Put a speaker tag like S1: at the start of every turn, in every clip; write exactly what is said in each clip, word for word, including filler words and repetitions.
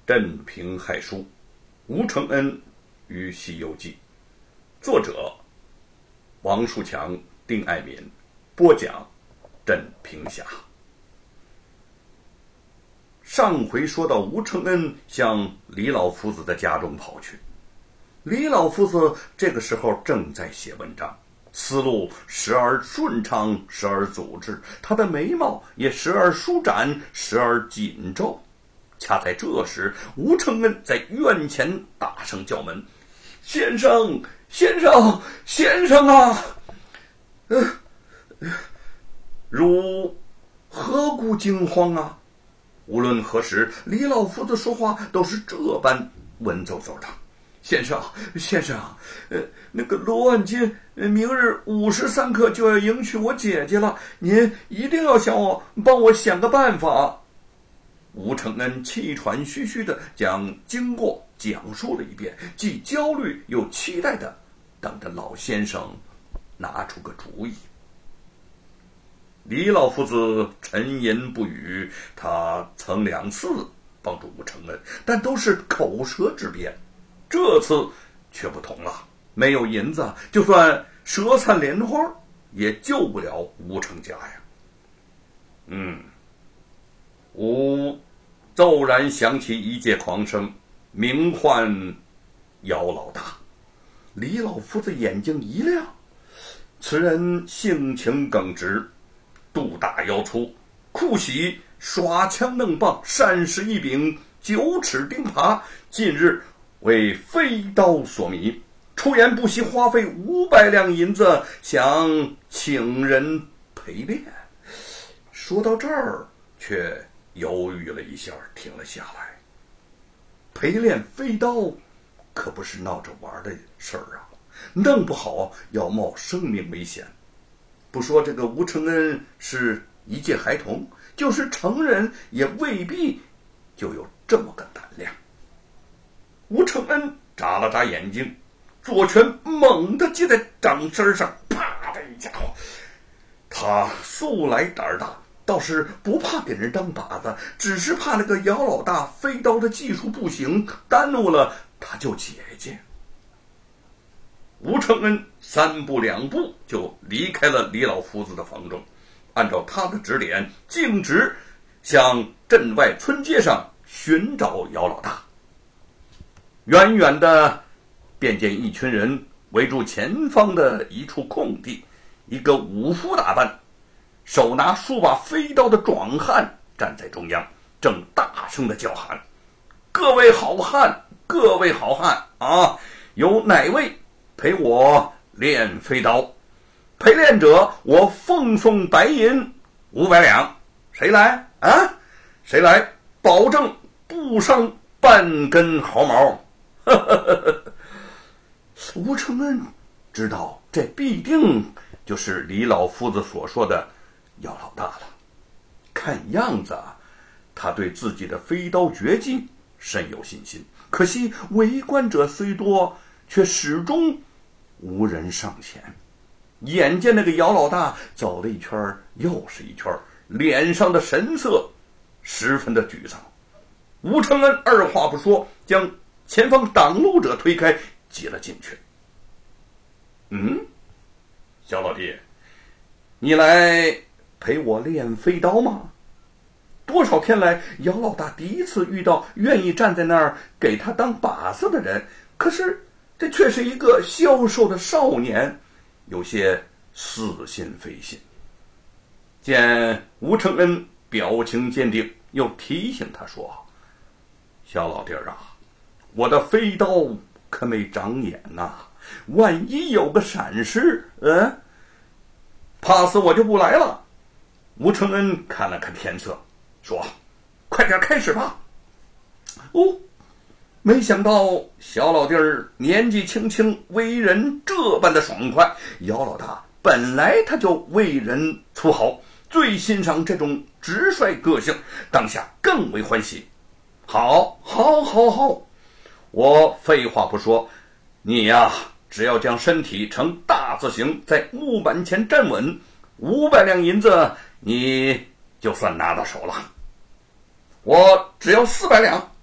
S1: 镇平害书，吴承恩与西游记，作者王树强、丁爱民，播讲镇平侠。上回说到吴承恩向李老夫子的家中跑去，李老夫子这个时候正在写文章，思路时而顺畅，时而阻滞，他的眉毛也时而舒展，时而紧皱。恰在这时，吴承恩在院前大声叫门：“先生，先生，先生啊！呃，汝何故惊慌啊？”无论何时，李老夫子说话都是这般文绉绉的。先生，先生，呃，那个罗万金明日午时三刻就要迎娶我姐姐了，您一定要想我，帮我想个办法。吴承恩气喘吁吁地将经过讲述了一遍，既焦虑又期待地等着老先生拿出个主意。李老夫子沉吟不语，他曾两次帮助吴承恩，但都是口舌之辩，这次却不同了，没有银子，就算舌灿莲花也救不了吴承家呀。嗯，吾骤然想起一介狂生，名唤姚老大。李老夫子眼睛一亮，此人性情耿直，肚大腰粗，酷喜耍枪弄棒，善使一柄九齿钉耙，近日为飞刀所迷，出言不惜花费五百两银子，想请人陪练。说到这儿，却犹豫了一下，停了下来。陪练飞刀可不是闹着玩的事儿啊，弄不好要冒生命危险。不说这个吴承恩是一介孩童，就是成人也未必就有这么个胆量。吴承恩眨了眨眼睛，左拳猛地接在掌心上，啪的一家伙。他素来胆大，倒是不怕给人当靶子，只是怕那个姚老大飞刀的技术不行，耽误了他救姐姐。吴承恩三步两步就离开了李老夫子的房中，按照他的指点，径直向镇外村街上寻找姚老大。远远的便见一群人围住前方的一处空地，一个武夫打扮，手拿数把飞刀的壮汉站在中央，正大声的叫喊：“各位好汉，各位好汉啊，有哪位陪我练飞刀？陪练者我奉送白银五百两，谁来啊？谁来？保证不伤半根毫毛。”吴承恩知道这必定就是李老夫子所说的姚老大了。看样子他对自己的飞刀绝技甚有信心，可惜围观者虽多，却始终无人上前。眼见那个姚老大走了一圈又是一圈，脸上的神色十分的沮丧。吴承恩二话不说，将前方挡路者推开，挤了进去。嗯，小老弟，你来陪我练飞刀吗？多少天来，姚老大第一次遇到愿意站在那儿给他当靶子的人，可是这却是一个消瘦的少年，有些似信非信。见吴承恩表情坚定，又提醒他说：“小老弟儿啊，我的飞刀可没长眼呐、啊，万一有个闪失，嗯，怕死我就不来了。”吴承恩看了看天色，说：“快点开始吧。”哦，没想到小老弟儿年纪轻轻，为人这般的爽快。姚老大本来他就为人粗豪，最欣赏这种直率个性，当下更为欢喜。好，好，好，好，我废话不说，你呀，只要将身体呈大字形在木板前站稳，五百两银子你就算拿到手了。我只要四百两。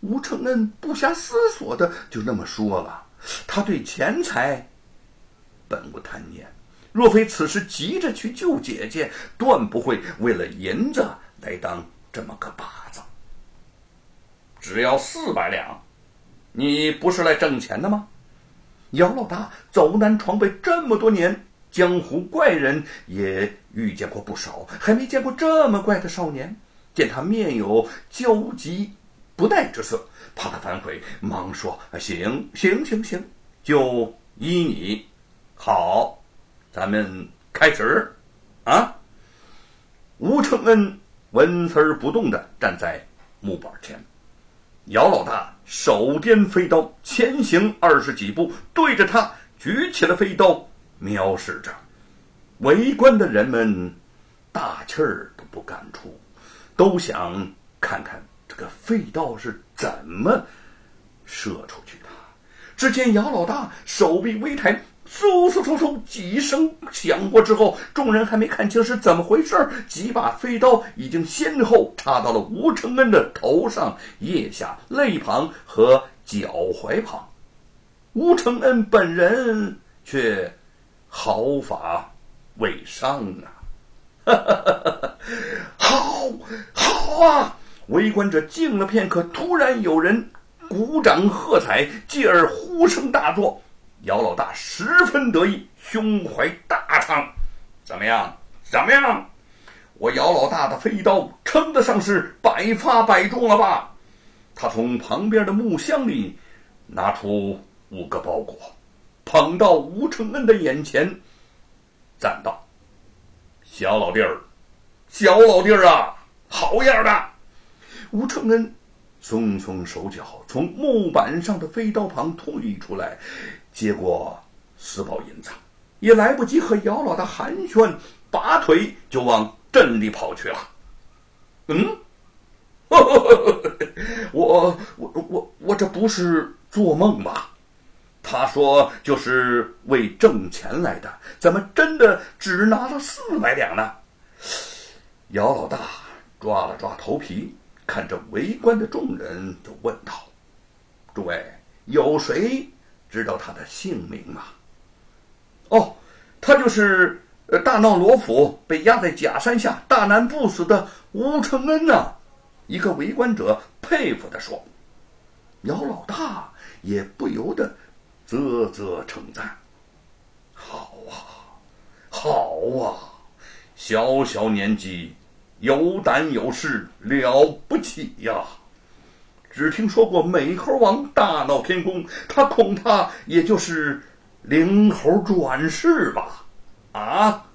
S1: 吴承恩不暇思索的就那么说了，他对钱财本无贪念，若非此时急着去救姐姐，断不会为了银子来当这么个靶子。只要四百两，你不是来挣钱的吗？姚老大走南闯北这么多年，江湖怪人也遇见过不少，还没见过这么怪的少年。见他面有焦急不耐之色，怕他反悔，忙说：行行行行，就依你。好，咱们开始啊！吴承恩纹丝儿不动地站在木板前，姚老大手掂飞刀，前行二十几步，对着他举起了飞刀，瞄视着。围观的人们大气儿都不敢出，都想看看这个飞刀是怎么射出去的。只见姚老大手臂微抬，嗖嗖嗖嗖几声响过之后，众人还没看清是怎么回事，几把飞刀已经先后插到了吴承恩的头上、腋下、肋旁和脚踝旁。吴承恩本人却毫发未伤啊！好好啊！围观者静了片刻，突然有人鼓掌喝彩，继而呼声大作。姚老大十分得意，胸怀大畅。怎么样？怎么样？我姚老大的飞刀称得上是百发百中了吧？他从旁边的木箱里拿出五个包裹，捧到吴承恩的眼前，赞道：小老弟儿，小老弟儿啊，好样的！吴承恩松松手脚，从木板上的飞刀旁退出来，接过私包银子，也来不及和姚老大寒暄，拔腿就往镇里跑去了。嗯，我我我我这不是做梦吧？他说就是为挣钱来的，怎么真的只拿了四百两呢？姚老大抓了抓头皮，看着围观的众人，就问道：诸位，有谁知道他的姓名吗？哦，他就是呃大闹罗府被压在假山下大难不死的吴承恩啊！一个围观者佩服地说。姚老大也不由得啧啧称赞：好啊，好啊，小小年纪有胆有势，了不起呀！只听说过美猴王大闹天宫，他恐怕也就是灵猴转世吧？啊！